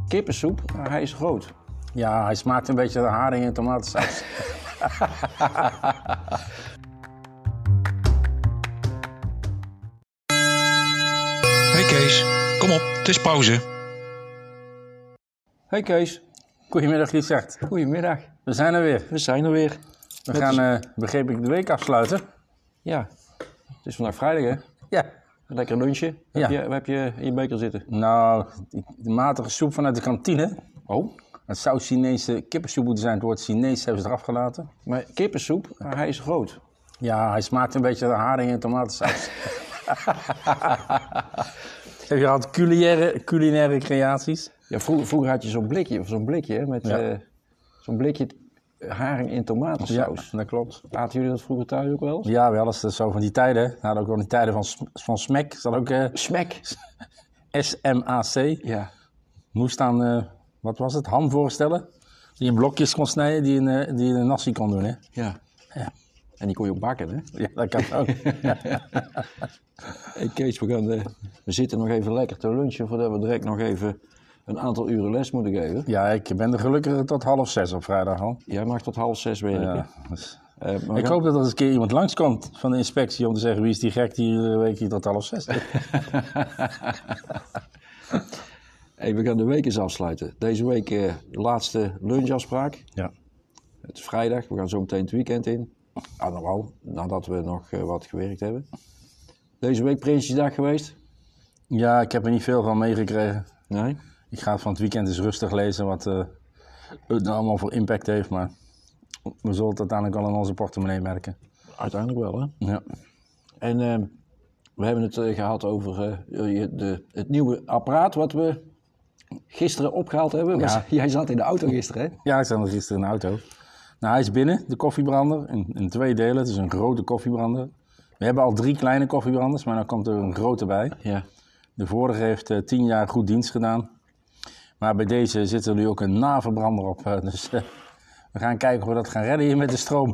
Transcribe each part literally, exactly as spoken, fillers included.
Kippensoep, maar hij is groot. Ja, hij smaakt een beetje naar haring en tomatensaus. Hey Kees, kom op, het is pauze. Hey Kees, Goedemiddag Richard. goedemiddag. We zijn er weer. We zijn er weer. We Met gaan, de- uh, begreep ik, de week afsluiten. Ja, het is vandaag vrijdag hè? Ja. Een lekker lunchje. Ja. Heb je, waar heb je in je beker zitten? Nou, die, de matige soep vanuit de kantine. Oh, Het zou Chinese kippensoep moeten zijn. Het woord Chinees hebben ze eraf gelaten. maar kippensoep, maar hij is groot. Ja, hij smaakt een beetje naar haring en tomatensaus. Heb je al culinaire, culinaire creaties? Ja, vroeger, vroeger had je zo'n blikje, zo'n blikje hè, met Ja. eh, zo'n blikje haring in tomatensaus. Ja, dat klopt. Aten jullie dat vroeger thuis ook wel eens? Ja, wel eens zo van die tijden. We hadden ook wel die tijden van, Sm- van Smack. Zat ook uh, Smack. S M A C. Ja. Moest aan, uh, wat was het, ham voorstellen. Die in blokjes kon snijden, die in, uh, die in een nasi kon doen. Hè? Ja. Ja. En die kon je ook bakken, hè? Ja, dat kan ook. Hey Kees, we, gaan, eh, we zitten nog even lekker te lunchen voordat we direct nog even een aantal uren les moeten geven. Ja, ik ben er gelukkig tot half zes op vrijdag al. Jij mag tot half zes werken. Ja, dus Eh, maar we ik gaan- hoop dat er eens een keer iemand langskomt van de inspectie om te zeggen wie is die gek die iedere week hier tot half zes zit. Hey, we gaan de week eens afsluiten. Deze week eh, de laatste lunchafspraak. Ja. Het is vrijdag, we gaan zo meteen het weekend in. Ah, nog wel, nadat we nog eh, wat gewerkt hebben. Deze week Prinsjesdag geweest? Ja, ik heb er niet veel van meegekregen. Nee? Ik ga van het weekend eens rustig lezen wat uh, het nou allemaal voor impact heeft, maar we zullen het uiteindelijk wel in onze portemonnee merken. Uiteindelijk wel, hè? Ja. En eh, we hebben het eh, gehad over eh, je- de, het nieuwe apparaat wat we gisteren opgehaald hebben. Was- Ja. Jij zat in de auto gisteren, hè? Ja, ik zat nog gisteren in de auto. Nou, hij is binnen, de koffiebrander, in, in twee delen. Het is een grote koffiebrander. We hebben al drie kleine koffiebranders, maar dan komt er een grote bij. Ja. De vorige heeft uh, tien jaar goed dienst gedaan. Maar bij deze zit er nu ook een naverbrander op. Uh, dus uh, we gaan kijken hoe we dat gaan redden hier met de stroom.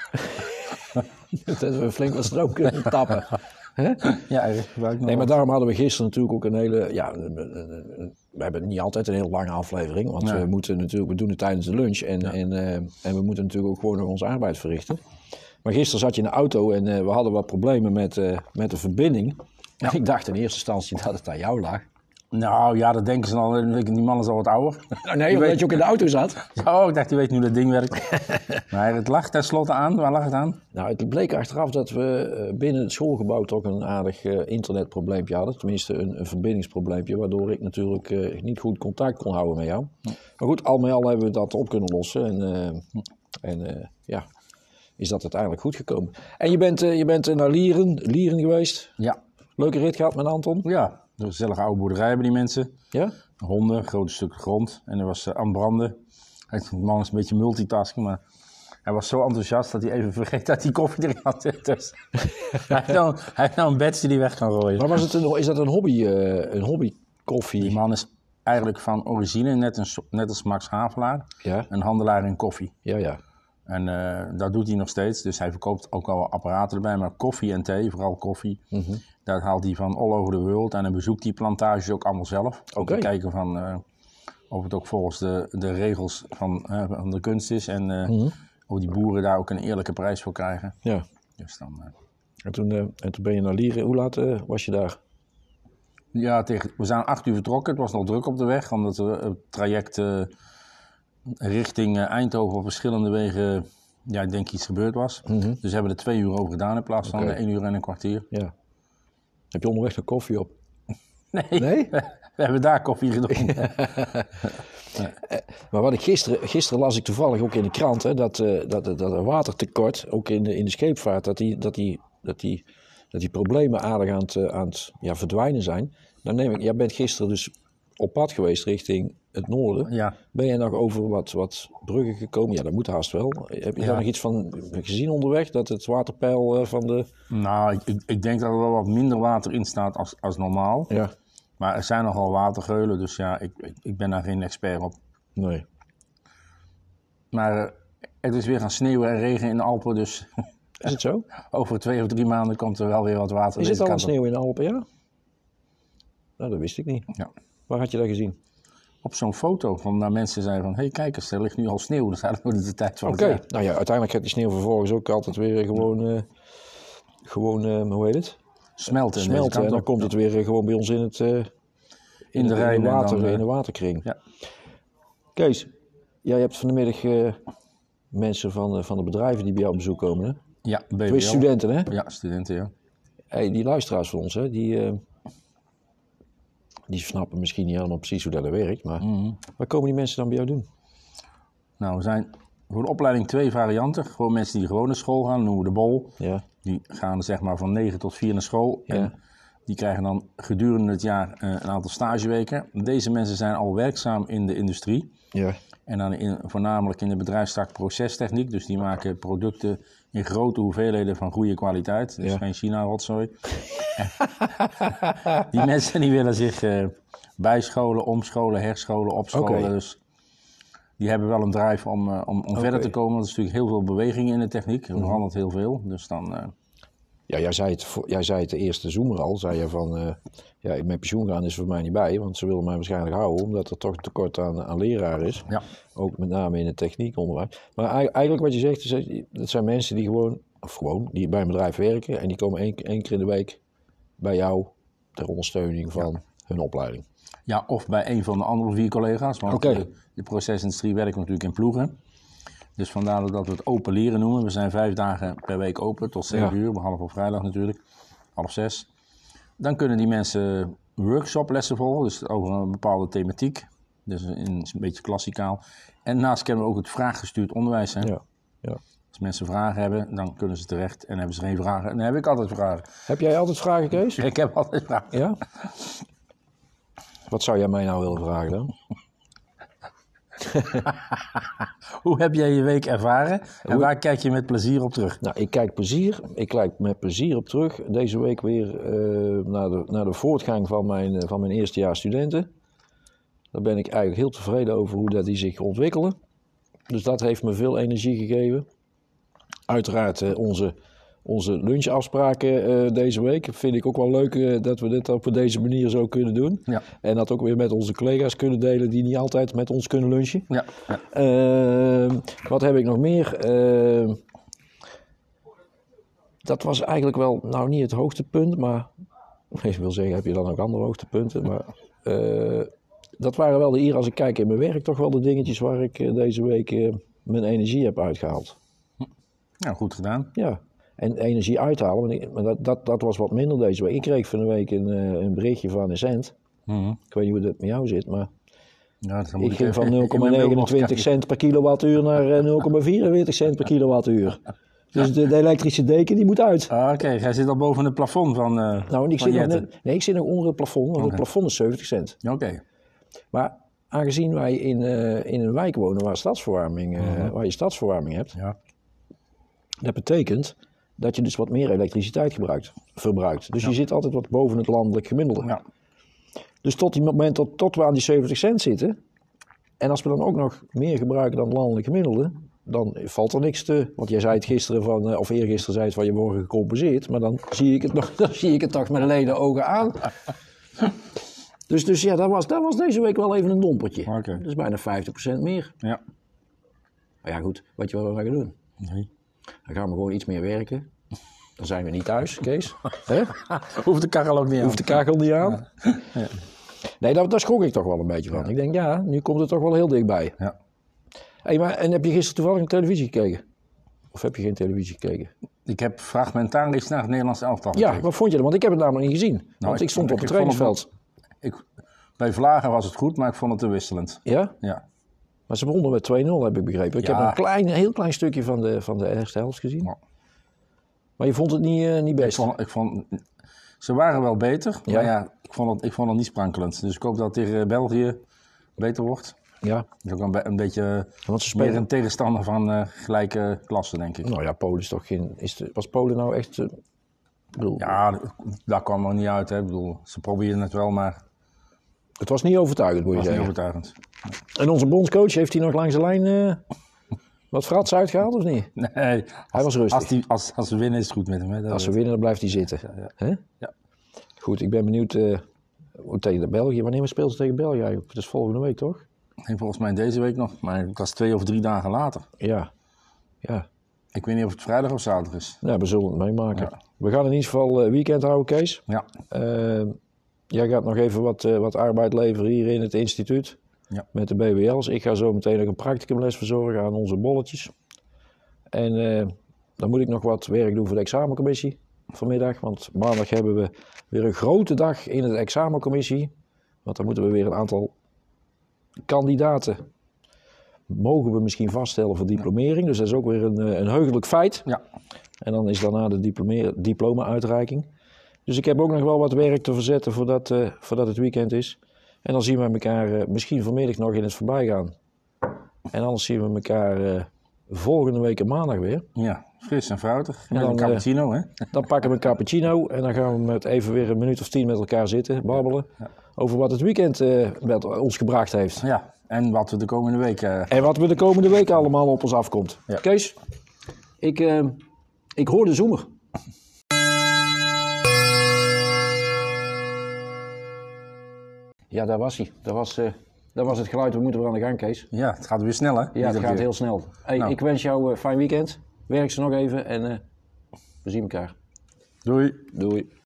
Dat we flink wat stroom kunnen tappen. Hè? Ja, eigenlijk gebruik ik nog Nee, maar wat. daarom hadden we gisteren natuurlijk ook een hele... Ja, een- een- een- een- we hebben niet altijd een heel lange aflevering. Want Nee. we moeten natuurlijk... We doen het tijdens de lunch. En, en, eh, en we moeten natuurlijk ook gewoon nog onze arbeid verrichten. Maar gisteren zat je in de auto en eh, we hadden wat problemen met, eh, met de verbinding. En ik dacht in eerste instantie dat het aan jou lag. Nou ja, dat denken ze al. Die man is al wat ouder. Nou, nee, omdat je ook in de auto zat. Oh, ik dacht, die weet nu hoe dat ding werkt. Maar het lag tenslotte aan. Waar lag het aan? Nou, het bleek achteraf dat we eh, binnen het schoolgebouw toch een aardig eh, internetprobleempje hadden. Tenminste, een, een verbindingsprobleempje, waardoor ik natuurlijk eh, niet goed contact kon houden met jou. Maar goed, al met al hebben we dat op kunnen lossen. En, eh, en eh, ja, is dat uiteindelijk goed gekomen. En je bent, eh, je bent naar Lieren, Lieren geweest. Ja. Leuke rit gehad met Anton. Ja, een gezellige oude boerderij hebben die mensen. Ja? Honden, een groot stuk grond. En er was uh, aan het branden. Hij- De man is een beetje multitasking, maar hij was zo enthousiast dat hij even vergeet dat hij koffie erin had. Dus hij heeft nou, hij heeft nou een bedje die weg kan rooien. Maar was het een, is dat een hobby, eh, een hobby koffie? Die man is eigenlijk van origine, net, een, so- net als Max Havelaar, Ja, een handelaar in koffie. ja, ja. En uh, dat doet hij nog steeds. Dus hij verkoopt ook al apparaten erbij. Maar koffie en thee, vooral koffie, Mhm. dat haalt hij van all over the world. En dan bezoekt hij plantages ook allemaal zelf. Om Oké. te kijken van, uh, of het ook volgens de, de regels van, uh, van de kunst is. En uh, Mhm. of die boeren daar ook een eerlijke prijs voor krijgen. Ja. Dus dan, uh, En toen, eh, en toen ben je naar Lieren. Hoe laat eh, was je daar? ja, tegen, we zijn acht uur vertrokken. Het was nog druk op de weg. Omdat we het traject uh, richting uh, Eindhoven op verschillende wegen, ja, ik denk iets gebeurd was. Mhm. Dus we hebben er twee uur over gedaan in plaats van Oké. uh, één uur en een kwartier. Ja. Heb je onderweg nog koffie op? Nee, Nee? we hebben daar koffie gedronken. Maar wat ik gisteren, gisteren las ik toevallig ook in de krant, hè, dat, uh, dat, dat er watertekort, ook in de, in de scheepvaart, dat die, dat, die, dat, die, dat die problemen aardig aan het, uh, aan het ja, verdwijnen zijn. Dan neem ik, jij bent gisteren dus op pad geweest richting het noorden. Ja, Ben je nog over wat, wat bruggen gekomen? Ja, dat moet haast wel. Heb je Ja. daar nog iets van gezien onderweg? Dat het waterpeil uh, van de... nou, ik, ik, ik denk dat er wel wat minder water in staat als, als normaal. Ja, Maar er zijn nogal watergeulen, dus ja, ik, ik, ik ben daar geen expert op. nee. Maar uh, het is weer gaan sneeuwen en regen in de Alpen, dus Is het zo? over twee of drie maanden komt er wel weer wat water. Is deze het al een kant op. sneeuw in de Alpen, ja? Nou, dat wist ik niet. Ja. Waar had je dat gezien? op zo'n foto. Van naar mensen zeiden van, hé hey, kijk eens, er ligt nu al sneeuw. Dat is eigenlijk nog de tijd van Oké, okay. Nou ja, uiteindelijk gaat die sneeuw vervolgens ook altijd weer gewoon, uh, gewoon uh, hoe heet het? Smelten. Smelten en dan komt het weer uh, gewoon bij ons in het uh, in, in, de, in, de water, dan, uh, in de waterkring. Ja. Kees, jij hebt vanmiddag uh, mensen van, uh, van de bedrijven die bij jou op bezoek komen, hè? Ja, B B L. Twee studenten, hè? Ja, studenten, ja. Hey, die luisteraars van ons, hè, die, uh, die snappen misschien niet helemaal precies hoe dat werkt, maar mm-hmm. Wat komen die mensen dan bij jou doen? Nou, we zijn voor de opleiding twee varianten. Gewoon mensen die gewoon naar school gaan, noemen we de bol. Ja. Die gaan zeg maar van negen tot vier naar school. Ja. En die krijgen dan gedurende het jaar uh, een aantal stageweken. Deze mensen zijn al werkzaam in de industrie. Ja. En dan in, voornamelijk in de bedrijfstak procestechniek. Dus die maken producten in grote hoeveelheden van goede kwaliteit. Dus ja. Geen China-rotzooi. Die mensen die willen zich uh, bijscholen, omscholen, herscholen, opscholen. Okay. Dus die hebben wel een drive om, uh, om, om okay. verder te komen. Want er is natuurlijk heel veel beweging in de techniek. Er verandert heel veel. Dus dan... Uh... Ja, jij zei, het, jij zei het de eerste Zoomer al. Zei je van, uh, ja, met pensioen gaan is voor mij niet bij. Want ze willen mij waarschijnlijk houden. Omdat er toch een tekort aan, aan leraren is. Ja. Ook met name in het techniekonderwijs. Maar eigenlijk wat je zegt, is, dat zijn mensen die gewoon, of gewoon, die bij een bedrijf werken. En die komen één, één keer in de week bij jou ter ondersteuning van ja. hun opleiding. Ja, of bij een van de andere vier collega's. Want okay. de, de procesindustrie werkt natuurlijk in ploegen. Dus vandaar dat we het open leren noemen. We zijn vijf dagen per week open, tot zeven ja. uur, behalve op vrijdag natuurlijk, half zes. Dan kunnen die mensen workshoplessen volgen, dus over een bepaalde thematiek. Dus in, een beetje klassikaal. En naast kennen we ook het vraaggestuurd onderwijs. Hè? Ja. Ja. Als mensen vragen hebben, dan kunnen ze terecht. En hebben ze geen vragen, dan heb ik altijd vragen. Heb jij altijd vragen, Kees? Ik heb altijd vragen. Ja? Wat zou jij mij nou willen vragen dan? Hoe heb jij je week ervaren en Hoe... waar kijk je met plezier op terug? Nou, ik kijk plezier. Ik kijk met plezier op terug. Deze week weer uh, naar, de, naar de voortgang van mijn, uh, van mijn eerstejaars studenten. Daar ben ik eigenlijk heel tevreden over hoe dat die zich ontwikkelen. Dus dat heeft me veel energie gegeven. Uiteraard uh, onze, onze lunchafspraken uh, deze week. Vind ik ook wel leuk uh, dat we dit op deze manier zo kunnen doen. Ja. En dat ook weer met onze collega's kunnen delen die niet altijd met ons kunnen lunchen. Ja. Ja. Uh, wat heb ik nog meer? Uh, dat was eigenlijk wel, nou niet het hoogtepunt, maar ik wil zeggen, heb je dan ook andere hoogtepunten? Maar uh, dat waren wel de hier, als ik kijk in mijn werk, toch wel de dingetjes waar ik uh, deze week uh, mijn energie heb uitgehaald. Nou, goed gedaan. Ja. En energie uithalen, maar dat, dat, dat was wat minder deze week. Ik kreeg van de week een, een berichtje van Essent. Mm-hmm. Ik weet niet hoe het met jou zit, maar ja, ik ging even, van nul komma negenentwintig cent per kilowattuur naar nul komma vierenveertig cent per kilowattuur. Dus de, de elektrische deken die moet uit. Ah, oké, okay. Jij zit al boven het plafond van uh, Nou, en ik van zit nog net, nee, ik zit nog onder het plafond, want okay. Het plafond is zeventig cent. Oké. Okay. Maar aangezien wij in, uh, in een wijk wonen waar, stadsverwarming, uh, mm-hmm. waar je stadsverwarming hebt, ja. Dat betekent dat je dus wat meer elektriciteit gebruikt, verbruikt. Dus ja. Je zit altijd wat boven het landelijk gemiddelde. Ja. Dus tot het moment tot, tot we aan die zeventig cent zitten, en als we dan ook nog meer gebruiken dan het landelijk gemiddelde, dan valt er niks te... Want jij zei het gisteren van, of eergisteren zei het van je wordt gecompenseerd, maar dan zie ik het nog, dan zie ik het toch met leden ogen aan. Dus, dus ja, dat was, dat was deze week wel even een dompertje. Okay. Dus bijna vijftig procent meer. Ja. Maar ja goed, wat je wel gaan doen? Nee. Dan gaan we gewoon iets meer werken. Dan zijn we niet thuis, Kees. He? Hoeft de kachel ook niet aan. Hoeft de kachel niet aan. Ja. Ja. Nee, daar, daar schrok ik toch wel een beetje van. Ja. Ik denk, ja, nu komt het toch wel heel dichtbij. Ja. Hey, maar, en heb je gisteren toevallig een televisie gekeken? Of heb je geen televisie gekeken? Ik heb fragmentarisch naar het Nederlands elftal gekeken. Ja, wat vond je er? Want ik heb het namelijk niet gezien. Nou, want ik, ik stond op het trainingsveld. Ik, bij Vlagen was het goed, maar ik vond het te wisselend. Ja? Ja. Maar ze wonnen met twee nul, heb ik begrepen. Ik ja. heb een klein, heel klein stukje van de, van de eerste helft gezien. Ja. Maar je vond het niet, uh, niet best? Ik vond, ik vond, ze waren wel beter, ja. maar ja, ik vond, het, ik vond het niet sprankelend. Dus ik hoop dat het tegen België beter wordt. Ja. Dat is ook een, een beetje Want ze spelen... meer een tegenstander van uh, gelijke klasse, denk ik. Nou ja, Polen is toch geen... Is de, was Polen nou echt... Uh, bedoel... Ja, daar kwam er niet uit. Hè. Ik bedoel, ze proberen het wel, maar... Het was niet overtuigend, moet je zeggen. Het was niet overtuigend. En onze bondscoach, heeft hij nog langs de lijn uh, wat frats uitgehaald of niet? Nee. Hij was rustig. Als, die, als, als we winnen is het goed met hem. Hè? Als we winnen, dan blijft hij zitten. Ja, ja. Hè? Ja. Goed, ik ben benieuwd uh, tegen de België. Wanneer speelt ze tegen België eigenlijk? Dat is volgende week, toch? Ik denk volgens mij deze week nog, maar dat is twee of drie dagen later. Ja. Ja. Ik weet niet of het vrijdag of zaterdag is. Ja, we zullen het meemaken. Ja. We gaan in ieder geval uh, weekend houden, Kees. Ja. Uh, jij gaat nog even wat, uh, wat arbeid leveren hier in het instituut. Ja. Met de B W L's. Ik ga zo meteen nog een practicumles verzorgen aan onze bolletjes. En uh, dan moet ik nog wat werk doen voor de examencommissie vanmiddag. Want maandag hebben we weer een grote dag in de examencommissie. Want dan moeten we weer een aantal kandidaten mogen we misschien vaststellen voor diplomering. Dus dat is ook weer een, een heugelijk feit. Ja. En dan is daarna de diploma-uitreiking. Dus ik heb ook nog wel wat werk te verzetten voordat, uh, voordat het weekend is. En dan zien we elkaar uh, misschien vanmiddag nog in het voorbijgaan. En anders zien we elkaar uh, volgende week maandag weer. Ja, fris en fruitig. En Met dan, een cappuccino, uh, hè? Dan pakken we een cappuccino en dan gaan we met even weer een minuut of tien met elkaar zitten, babbelen. Ja. Over wat het weekend uh, met ons gebracht heeft. Ja. En wat we de komende week... Uh... En wat we de komende week allemaal op ons afkomt. Ja. Kees, ik, uh, ik hoor de zoemer. Ja, daar was hij. Dat was, uh, dat was het geluid. We moeten weer aan de gang, Kees. Ja, het gaat weer snel, hè? Ja, het gaat keer. heel snel. Hey, nou. Ik wens jou een fijn weekend. Werk ze nog even en uh, we zien elkaar. Doei. Doei.